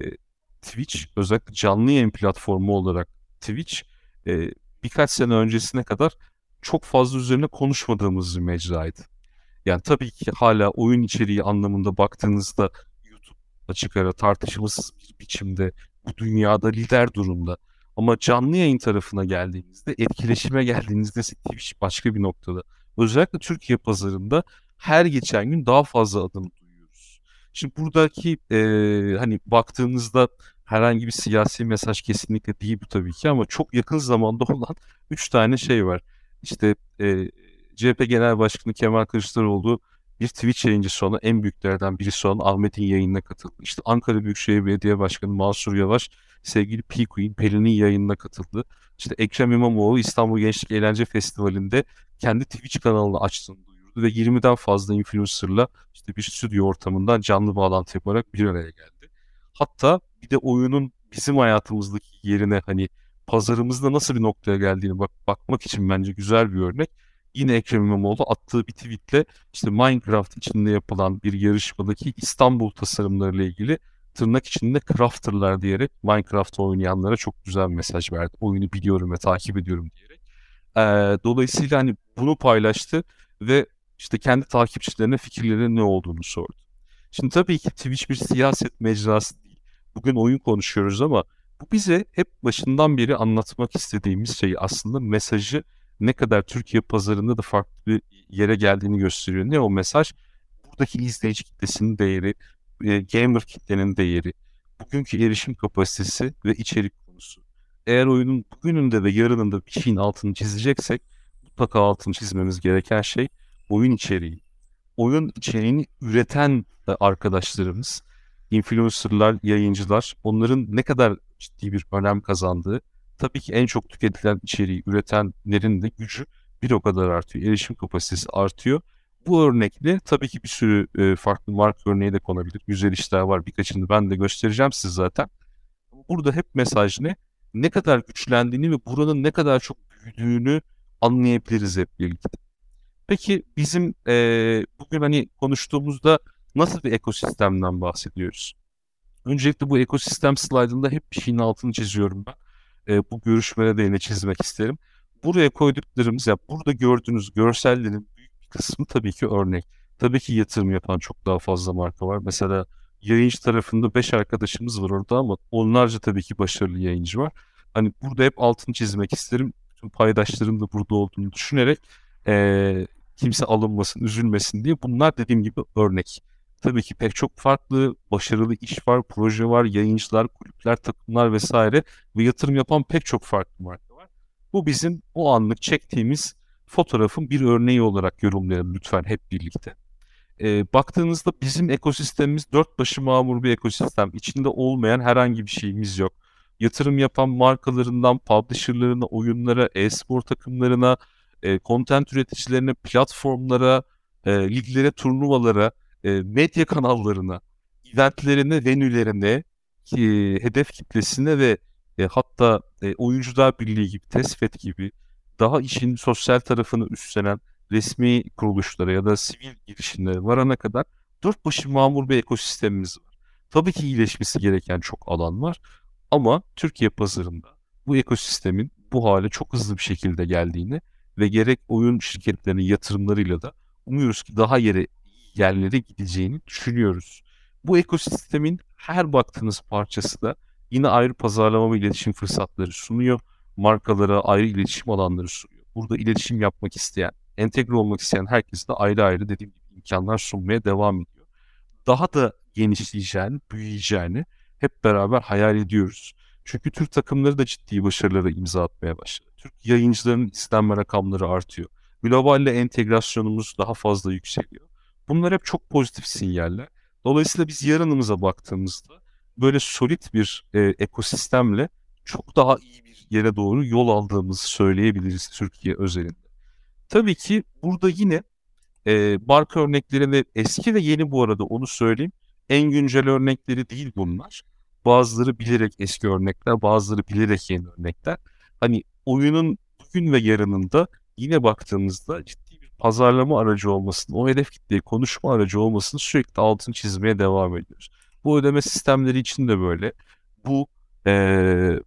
Twitch özellikle canlı yayın platformu olarak Twitch e, birkaç sene öncesine kadar çok fazla üzerine konuşmadığımız bir mecraydı. Yani tabii ki hala oyun içeriği anlamında baktığınızda YouTube açık ara tartışmasız bir biçimde bu dünyada lider durumda. Ama canlı yayın tarafına geldiğinizde, etkileşime geldiğinizde Twitch başka bir noktada. Özellikle Türkiye pazarında her geçen gün daha fazla adım duyuyoruz. Şimdi buradaki e, hani baktığınızda herhangi bir siyasi mesaj kesinlikle değil bu tabii ki ama çok yakın zamanda olan üç tane şey var. İşte e, C H P Genel Başkanı Kemal Kılıçdaroğlu bir Twitch yayıncısı olan en büyüklerden birisi olan Ahmet'in yayınına katıldı. İşte Ankara Büyükşehir Belediye Başkanı Mansur Yavaş sevgili P-Queen Pelin'in yayınına katıldı. İşte Ekrem İmamoğlu İstanbul Gençlik Eğlence Festivali'nde kendi Twitch kanalını açtığını duyurdu ve yirmiden fazla influencer'la işte bir stüdyo ortamından canlı bağlantı yaparak bir araya geldi. Hatta bir de oyunun bizim hayatımızdaki yerine hani pazarımızda nasıl bir noktaya geldiğini bak bakmak için bence güzel bir örnek. Yine Ekrem İmamoğlu attığı bir tweetle işte Minecraft içinde yapılan bir yarışmadaki İstanbul tasarımlarıyla ilgili tırnak içinde crafterlar diyerek Minecraft oynayanlara çok güzel bir mesaj verdi. Oyunu biliyorum ve takip ediyorum diyerek. Ee, dolayısıyla hani bunu paylaştı ve işte kendi takipçilerine fikirlerinin ne olduğunu sordu. Şimdi tabii ki Twitch bir siyaset mecrası değil. Bugün oyun konuşuyoruz ama bu bize hep başından beri anlatmak istediğimiz şey aslında mesajı ne kadar Türkiye pazarında da farklı bir yere geldiğini gösteriyor. Ne o mesaj? Buradaki izleyici kitlesinin değeri, e, gamer kitlenin değeri, bugünkü erişim kapasitesi ve içerik konusu. Eğer oyunun bugününde ve yarınında bir şeyin altını çizeceksek mutlaka altını çizmemiz gereken şey oyun içeriği. Oyun içeriğini üreten arkadaşlarımız, influencerlar, yayıncılar, onların ne kadar ciddi bir önem kazandığı, tabii ki en çok tüketilen içeriği üretenlerin de gücü bir o kadar artıyor. Erişim kapasitesi artıyor. Bu örnekle tabii ki bir sürü e, farklı marka örneği de konabilir. Güzel işler var. Birkaçını ben de göstereceğim size zaten. Burada hep mesaj ne? Ne kadar güçlendiğini ve buranın ne kadar çok büyüdüğünü anlayabiliriz hep birlikte. Peki bizim eee, bugün hani konuştuğumuzda nasıl bir ekosistemden bahsediyoruz? Öncelikle bu ekosistem slaydında hep bir şeyin altını çiziyorum ben. Eee, bu görüşmede de yine çizmek isterim. Buraya koyduklarımız ya burada gördüğünüz görsellerin büyük bir kısmı tabii ki örnek. Tabii ki yatırım yapan çok daha fazla marka var. Mesela yayıncı tarafında beş arkadaşımız var orada ama onlarca tabii ki başarılı yayıncı var. Hani burada hep altını çizmek isterim. Bütün paydaşların da burada olduğunu düşünerek eee, kimse alınmasın, üzülmesin diye. Bunlar dediğim gibi örnek. Tabii ki pek çok farklı başarılı iş var, proje var, yayıncılar, kulüpler, takımlar vesaire ve yatırım yapan pek çok farklı marka var. Bu bizim o anlık çektiğimiz fotoğrafın bir örneği olarak yorumlayalım lütfen hep birlikte. Ee, baktığınızda bizim ekosistemimiz dört başı mamur bir ekosistem. İçinde olmayan herhangi bir şeyimiz yok. yatırım yapan markalarından publisher'larına, oyunlara, e-spor takımlarına, e, content üreticilerine, platformlara, e, liglere, turnuvalara, e, medya kanallarına, eventlerine, venülerine, ki, hedef kitlesine ve e, hatta e, Oyuncular Birliği gibi, TESFED gibi daha işin sosyal tarafını üstlenen resmi kuruluşlara ya da sivil girişimlere varana kadar dört başı mamur bir ekosistemimiz var. Tabii ki iyileşmesi gereken çok alan var ama Türkiye pazarında bu ekosistemin bu hale çok hızlı bir şekilde geldiğini ve gerek oyun şirketlerinin yatırımlarıyla da umuyoruz ki daha yere yerlere gideceğini düşünüyoruz. Bu ekosistemin her baktığınız parçası da yine ayrı pazarlama ve iletişim fırsatları sunuyor. Markalara ayrı iletişim alanları sunuyor. Burada iletişim yapmak isteyen, entegre olmak isteyen herkese de ayrı ayrı dediğim gibi imkanlar sunmaya devam ediyor. Daha da genişleyeceğini, büyüyeceğini hep beraber hayal ediyoruz. Çünkü Türk takımları da ciddi başarılara imza atmaya başladı. Türk yayıncılarının izlenme rakamları artıyor. Globalle entegrasyonumuz daha fazla yükseliyor. Bunlar hep çok pozitif sinyaller. Dolayısıyla biz yarınımıza baktığımızda böyle solit bir e, ekosistemle çok daha iyi bir yere doğru yol aldığımızı söyleyebiliriz Türkiye özelinde. Tabii ki burada yine e, marka örnekleri ve eski ve yeni, bu arada onu söyleyeyim. En güncel örnekleri değil bunlar. Bazıları bilerek eski örnekler, bazıları bilerek yeni örnekler. Hani oyunun bugün ve yarınında yine baktığımızda ciddi bir pazarlama aracı olmasını, o hedef kitleye konuşma aracı olmasını sürekli altını çizmeye devam ediyoruz. Bu ödeme sistemleri için de böyle. Bu e,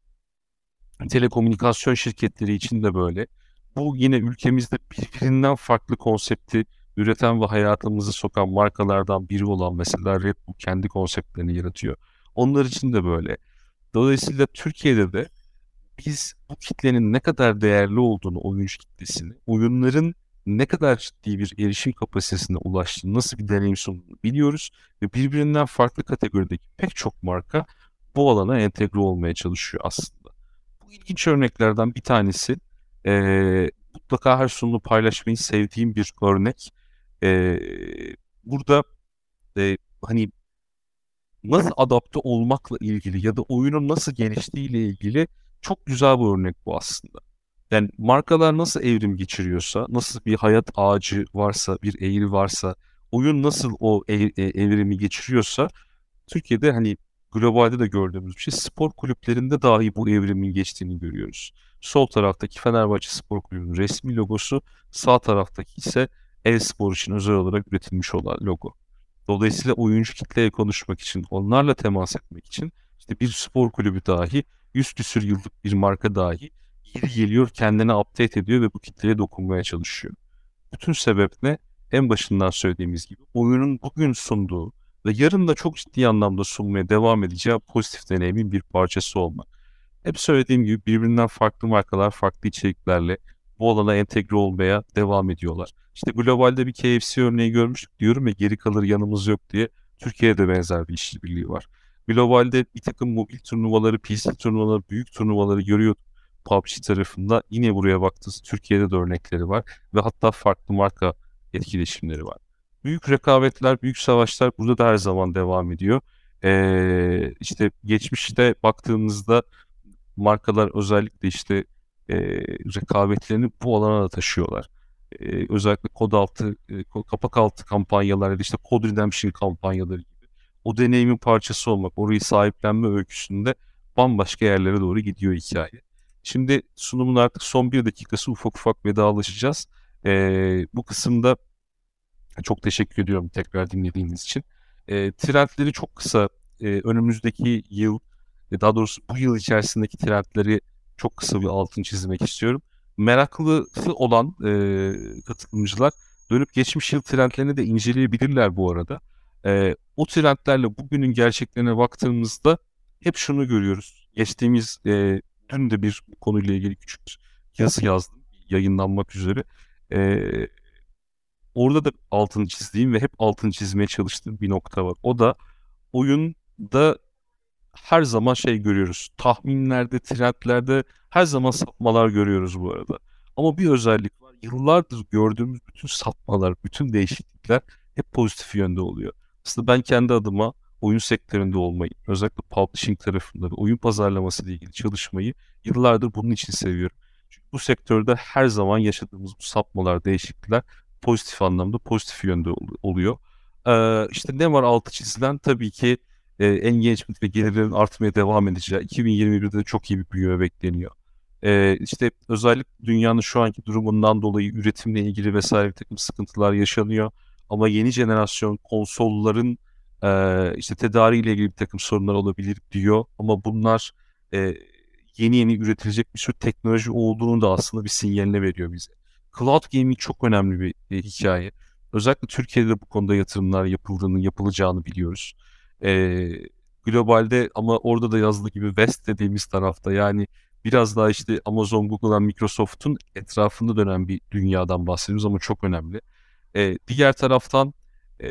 telekomünikasyon şirketleri için de böyle. Bu yine ülkemizde birbirinden farklı konsepti üreten ve hayatımızı sokan markalardan biri olan mesela Red Bull kendi konseptlerini yaratıyor. Onlar için de böyle. Dolayısıyla Türkiye'de de biz bu kitlenin ne kadar değerli olduğunu, oyuncu kitlesini, oyunların ne kadar ciddi bir erişim kapasitesine ulaştığını, nasıl bir deneyim sunduğunu biliyoruz ve birbirinden farklı kategorideki pek çok marka bu alana entegre olmaya çalışıyor aslında. Bu ilginç örneklerden bir tanesi. Ee, mutlaka her sunumda paylaşmayı sevdiğim bir örnek. Ee, burada e, hani nasıl adapte olmakla ilgili ya da oyunun nasıl geliştiğiyle ilgili çok güzel bir örnek bu aslında. Yani markalar nasıl evrim geçiriyorsa, nasıl bir hayat ağacı varsa, bir eğri varsa, oyun nasıl o e- e- evrimi geçiriyorsa, Türkiye'de hani globalde de gördüğümüz bir şey, spor kulüplerinde dahi bu evrimin geçtiğini görüyoruz. Sol taraftaki Fenerbahçe Spor Kulübü'nün resmi logosu, sağ taraftaki ise e-spor için özel olarak üretilmiş olan logo. Dolayısıyla oyuncu kitleye konuşmak için, onlarla temas etmek için işte bir spor kulübü dahi, yüz küsür yıllık bir marka dahi yeri geliyor, kendini update ediyor ve bu kitleye dokunmaya çalışıyor. Bütün sebep ne? En başından söylediğimiz gibi oyunun bugün sunduğu ve yarın da çok ciddi anlamda sunmaya devam edeceği pozitif deneyimin bir parçası olmak. Hep söylediğim gibi birbirinden farklı markalar, farklı içeriklerle bu alana entegre olmaya devam ediyorlar. İşte globalde bir K F C örneği görmüştük diyorum ya, geri kalır yanımız yok diye. Türkiye'de benzer bir işbirliği var. Globalde bir takım mobil turnuvaları, P C turnuvaları, büyük turnuvaları görüyorduk P U B G tarafında. Yine buraya baktığınız Türkiye'de de örnekleri var ve hatta farklı marka etkileşimleri var. Büyük rekabetler, büyük savaşlar burada da her zaman devam ediyor. Ee, işte geçmişte baktığımızda markalar özellikle işte e, rekabetlerini bu alana da taşıyorlar. E, özellikle kod altı, e, kapak altı kampanyalar ya da işte kod redemption kampanyaları gibi. O deneyimin parçası olmak, orayı sahiplenme öyküsünde bambaşka yerlere doğru gidiyor hikaye. Şimdi sunumun artık son bir dakikası, ufak ufak vedalaşacağız. E, bu kısımda çok teşekkür ediyorum tekrar dinlediğiniz için. E, trendleri çok kısa, e, önümüzdeki yıl, e, daha doğrusu bu yıl içerisindeki trendleri çok kısa bir altını çizmek istiyorum. Meraklısı olan e, katılımcılar dönüp geçmiş yıl trendlerini de inceleyebilirler bu arada. E, o trendlerle bugünün gerçeklerine baktığımızda hep şunu görüyoruz. Geçtiğimiz, e, dün de bir konuyla ilgili küçük yazı yazdım, yayınlanmak üzere. E, Orada da altını çizdiğim ve hep altını çizmeye çalıştığım bir nokta var. O da oyunda her zaman şey görüyoruz. Tahminlerde, trendlerde her zaman sapmalar görüyoruz bu arada. Ama bir özellik var. Yıllardır gördüğümüz bütün sapmalar, bütün değişiklikler hep pozitif yönde oluyor. Aslında ben kendi adıma oyun sektöründe olmayı, özellikle publishing tarafında ve oyun pazarlaması ile ilgili çalışmayı yıllardır bunun için seviyorum. Çünkü bu sektörde her zaman yaşadığımız bu sapmalar, değişiklikler pozitif anlamda, pozitif yönde oluyor. Ee, işte ne var altı çizilen? Tabii ki e, engagement ve gelirlerin artmaya devam edeceği. iki bin yirmi birde de çok iyi bir büyüme bekleniyor. Ee, işte özellikle dünyanın şu anki durumundan dolayı üretimle ilgili vesaire bir takım sıkıntılar yaşanıyor. Ama yeni jenerasyon konsolların e, işte tedariğiyle ilgili bir takım sorunlar olabilir diyor. Ama bunlar e, yeni yeni üretilecek bir sürü teknoloji olduğunu da aslında bir sinyaline veriyor bize. Cloud gaming çok önemli bir e, hikaye. Özellikle Türkiye'de bu konuda yatırımlar yapıldığını, yapılacağını biliyoruz. E, globalde ama orada da yazdığı gibi West dediğimiz tarafta, yani biraz daha işte Amazon, Google'dan Microsoft'un etrafında dönen bir dünyadan bahsediyoruz ama çok önemli. E, diğer taraftan e,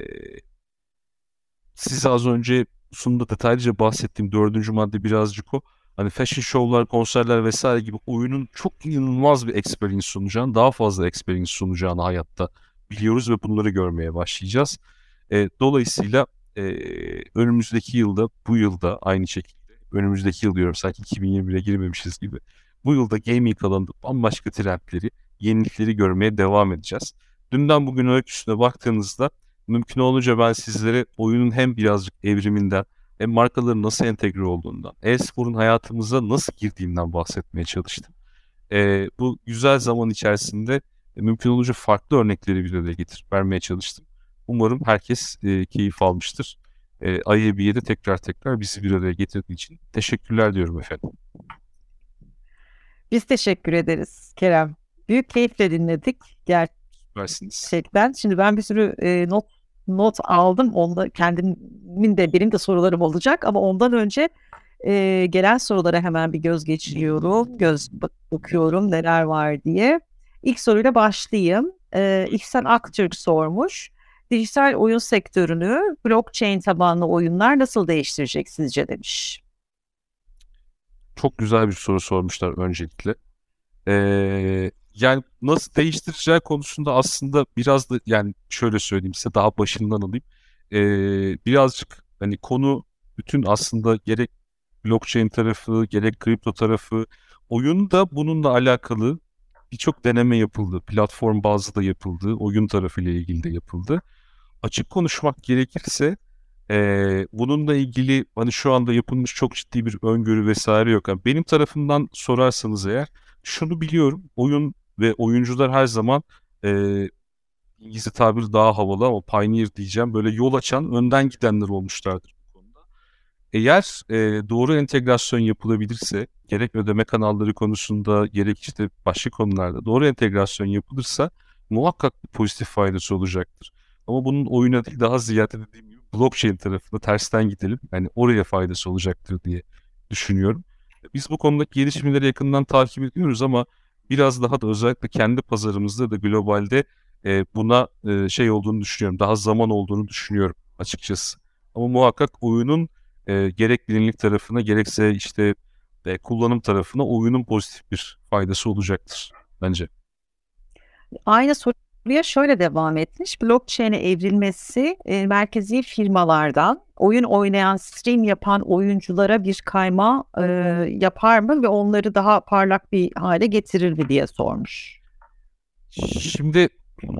size az önce sunumda detaylıca bahsettiğim dördüncü madde birazcık o. Hani fashion show'lar, konserler vesaire gibi oyunun çok inanılmaz bir experience sunacağını, daha fazla experience sunacağını hayatta biliyoruz ve bunları görmeye başlayacağız. E, dolayısıyla e, önümüzdeki yılda, bu yılda aynı şekilde, önümüzdeki yıl diyorum sanki iki bin yirmi bire girmemişiz gibi. Bu yılda gaming alanında bambaşka trendleri, yenilikleri görmeye devam edeceğiz. Dünden bugün öyküsüne baktığınızda mümkün olunca ben sizlere oyunun hem birazcık evriminden hem markaların nasıl entegre olduğundan, e-sporun hayatımıza nasıl girdiğinden bahsetmeye çalıştım. E, bu güzel zaman içerisinde e, mümkün olunca farklı örnekleri bir araya getirip vermeye çalıştım. Umarım herkes e, keyif almıştır. E, I A B'ye de tekrar tekrar bizi bir araya getirdiği için teşekkürler diyorum efendim. Biz teşekkür ederiz Kerem. Büyük keyifle dinledik Süpersiniz. gerçekten. Şimdi ben bir sürü e, not not aldım. Onda kendimin de benim de sorularım olacak ama ondan önce e, gelen sorulara hemen bir göz geçiriyorum. Göz bak- bakıyorum neler var diye. İlk soruyla başlayayım. E, İhsan Aktürk sormuş. Dijital oyun sektörünü blockchain tabanlı oyunlar nasıl değiştirecek sizce demiş. Çok güzel bir soru sormuşlar öncelikle. Ee, yani nasıl değiştireceği konusunda aslında biraz da, yani şöyle söyleyeyim size, daha başından alayım. Ee, birazcık hani konu bütün aslında gerek blockchain tarafı gerek kripto tarafı, oyunda bununla alakalı birçok deneme yapıldı. Platform bazlı da yapıldı. Oyun tarafıyla ilgili de yapıldı. Açık konuşmak gerekirse ee, bununla ilgili hani şu anda yapılmış çok ciddi bir öngörü vesaire yok. Yani benim tarafımdan sorarsanız eğer, şunu biliyorum: oyun ve oyuncular her zaman e, İngilizce tabir daha havalı ama pioneer diyeceğim, böyle yol açan, önden gidenler olmuşlardır bu konuda. Eğer e, doğru entegrasyon yapılabilirse, gerek ödeme kanalları konusunda gerek işte başka konularda doğru entegrasyon yapılırsa muhakkak bir pozitif faydası olacaktır. Ama bunun oyuna değil, daha ziyade dediğim gibi blockchain tarafında tersten gidelim. Yani oraya faydası olacaktır diye düşünüyorum. Biz bu konudaki gelişmeleri yakından takip ediyoruz ama biraz daha da özellikle kendi pazarımızda da globalde e, buna e, şey olduğunu düşünüyorum. Daha zaman olduğunu düşünüyorum açıkçası. Ama muhakkak oyunun e, gerek bilinirlik tarafına gerekse işte e, kullanım tarafına oyunun pozitif bir faydası olacaktır bence. Aynı soruya şöyle devam etmiş. Blockchain'e evrilmesi e, merkezi firmalardan oyun oynayan, stream yapan oyunculara bir kayma e, yapar mı ve onları daha parlak bir hale getirir mi diye sormuş. Şimdi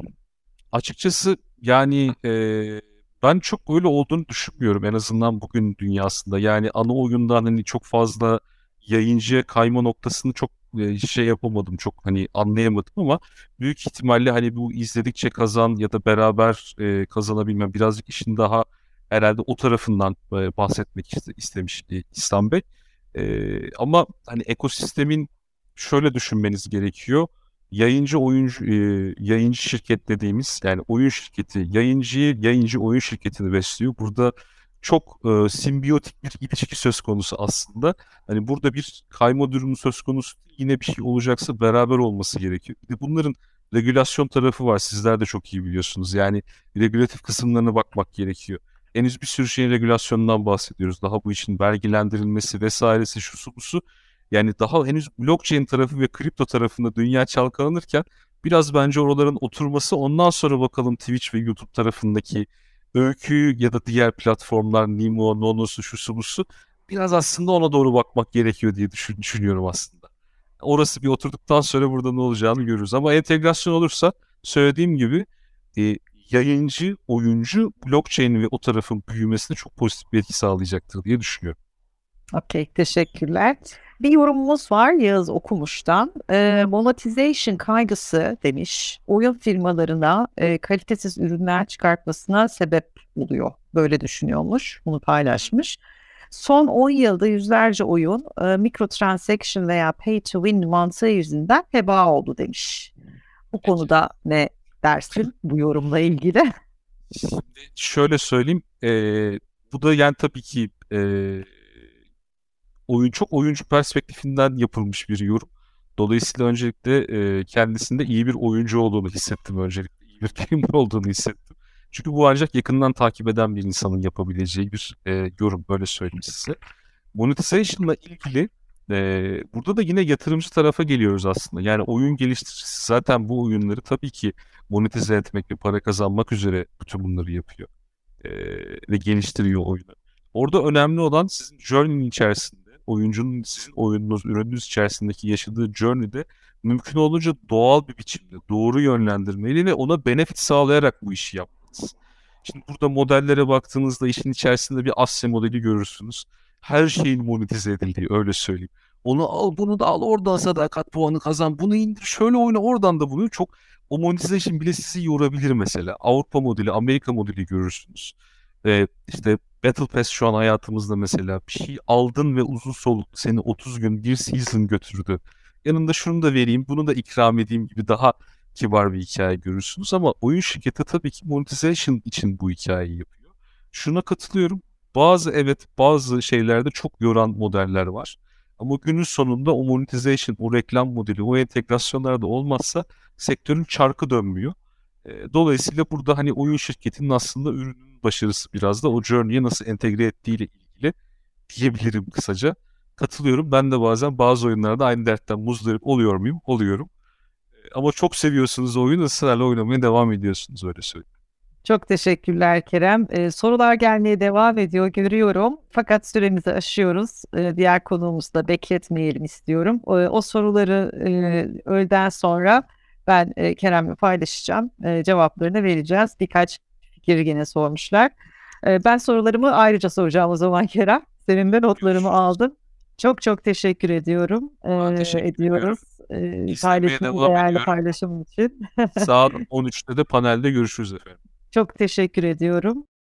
açıkçası yani e, ben çok öyle olduğunu düşünmüyorum, en azından bugün dünyasında. Yani ana oyundan hani çok fazla yayıncıya kayma noktasını çok e, şey yapamadım, çok hani anlayamadım ama büyük ihtimalle hani bu izledikçe kazan ya da beraber e, kazanabilme, birazcık işin daha herhalde o tarafından e, bahsetmek iste- istemiş e, İhsan Bey. E, ama hani ekosistemin şöyle düşünmeniz gerekiyor: yayıncı oyuncu e, yayıncı şirket dediğimiz, yani oyun şirketi yayıncıyı, yayıncı oyun şirketini besliyor. Burada çok e, simbiyotik bir ilişki söz konusu aslında. Hani burada bir kayma durumu söz konusu değil. Yine bir şey olacaksa beraber olması gerekiyor. Bir de bunların regülasyon tarafı var. Sizler de çok iyi biliyorsunuz. Yani regülatif kısımlarına bakmak gerekiyor. Henüz bir sürü şeyin regülasyonundan bahsediyoruz. Daha bu işin vergilendirilmesi vesairesi, şusu busu. Yani daha henüz blockchain tarafı ve kripto tarafında dünya çalkalanırken biraz bence oraların oturması, ondan sonra bakalım Twitch ve YouTube tarafındaki Öykü ya da diğer platformlar Nimo, Nonosu, şusu busu biraz aslında ona doğru bakmak gerekiyor diye düşün, düşünüyorum aslında. Orası bir oturduktan sonra burada ne olacağını görürüz. Ama entegrasyon olursa söylediğim gibi e, yayıncı, oyuncu, blockchain ve o tarafın büyümesine çok pozitif bir etki sağlayacaktır diye düşünüyorum. Okey, teşekkürler. Bir yorumumuz var Yağız Okumuş'tan. E, monetization kaygısı demiş, oyun firmalarına e, kalitesiz ürünler çıkartmasına sebep oluyor. Böyle düşünüyormuş, bunu paylaşmış. Son on yılda yüzlerce oyun e, microtransaction veya pay to win mantığı yüzünden heba oldu demiş. Bu konuda ne dersin bu yorumla ilgili? Şimdi şöyle söyleyeyim, e, bu da yani tabii ki e, oyun çok oyuncu perspektifinden yapılmış bir yorum. Dolayısıyla öncelikle e, kendisinde iyi bir oyuncu olduğunu hissettim öncelikle. İyi bir gamer olduğunu hissettim. Çünkü bu ancak yakından takip eden bir insanın yapabileceği bir e, yorum. Böyle söyleyeyim size. Monetization'la ilgili e, burada da yine yatırımcı tarafa geliyoruz aslında. Yani oyun geliştiricisi zaten bu oyunları tabii ki monetize etmek ve para kazanmak üzere bütün bunları yapıyor. E, ve geliştiriyor oyunu. Orada önemli olan sizin journey'nin içerisinde, oyuncunun sizin oyununuz, ürününüz içerisindeki yaşadığı journey'de mümkün olunca doğal bir biçimde, doğru yönlendirmeli ve ona benefit sağlayarak bu işi yapmanız. Şimdi burada modellere baktığınızda işin içerisinde bir Asya modeli görürsünüz. Her şeyin monetize edildiği, öyle söyleyeyim. Onu al, bunu da al, oradan sadakat puanı kazan, bunu indir, şöyle oyna, oradan da bunu. Çok o monetization bile sizi yorabilir mesela. Avrupa modeli, Amerika modeli görürsünüz. Ee, işte Battle Pass şu an hayatımızda mesela bir şey aldın ve uzun soluklu seni otuz gün bir season götürdü. Yanında şunu da vereyim, bunu da ikram edeyim gibi daha kibar bir hikaye görürsünüz ama oyun şirketi tabii ki monetization için bu hikayeyi yapıyor. Şuna katılıyorum. Bazı evet bazı şeylerde çok yoran modeller var. Ama günün sonunda o monetization, o reklam modeli, o entegrasyonlar da olmazsa sektörün çarkı dönmüyor. E, Dolayısıyla burada hani oyun şirketinin aslında ürünün başarısı biraz da o journey'e nasıl entegre ettiğiyle ilgili diyebilirim kısaca. Katılıyorum. Ben de bazen bazı oyunlarda aynı dertten muzdarip oluyor muyum? Oluyorum. E, Ama çok seviyorsunuz o oyunu, ısrarla oynamaya devam ediyorsunuz, öyle söyleyeyim. Çok teşekkürler Kerem. Ee, sorular gelmeye devam ediyor görüyorum. Fakat süremizi aşıyoruz. Ee, diğer konuğumuzu da bekletmeyelim istiyorum. O, o soruları e, öğleden sonra ben e, Kerem'le paylaşacağım. E, cevaplarını vereceğiz. Birkaç fikir gene sormuşlar. E, ben sorularımı ayrıca soracağım o zaman Kerem. Senin de notlarımı Görüşürüz. aldım. Çok çok teşekkür ediyorum. E, Ben teşekkür ediyorum. ediyoruz. E, İzlemeye paylaşım, devam değerli ediyorum. paylaşım için. Saat on üçte de panelde görüşürüz efendim. Çok teşekkür ediyorum.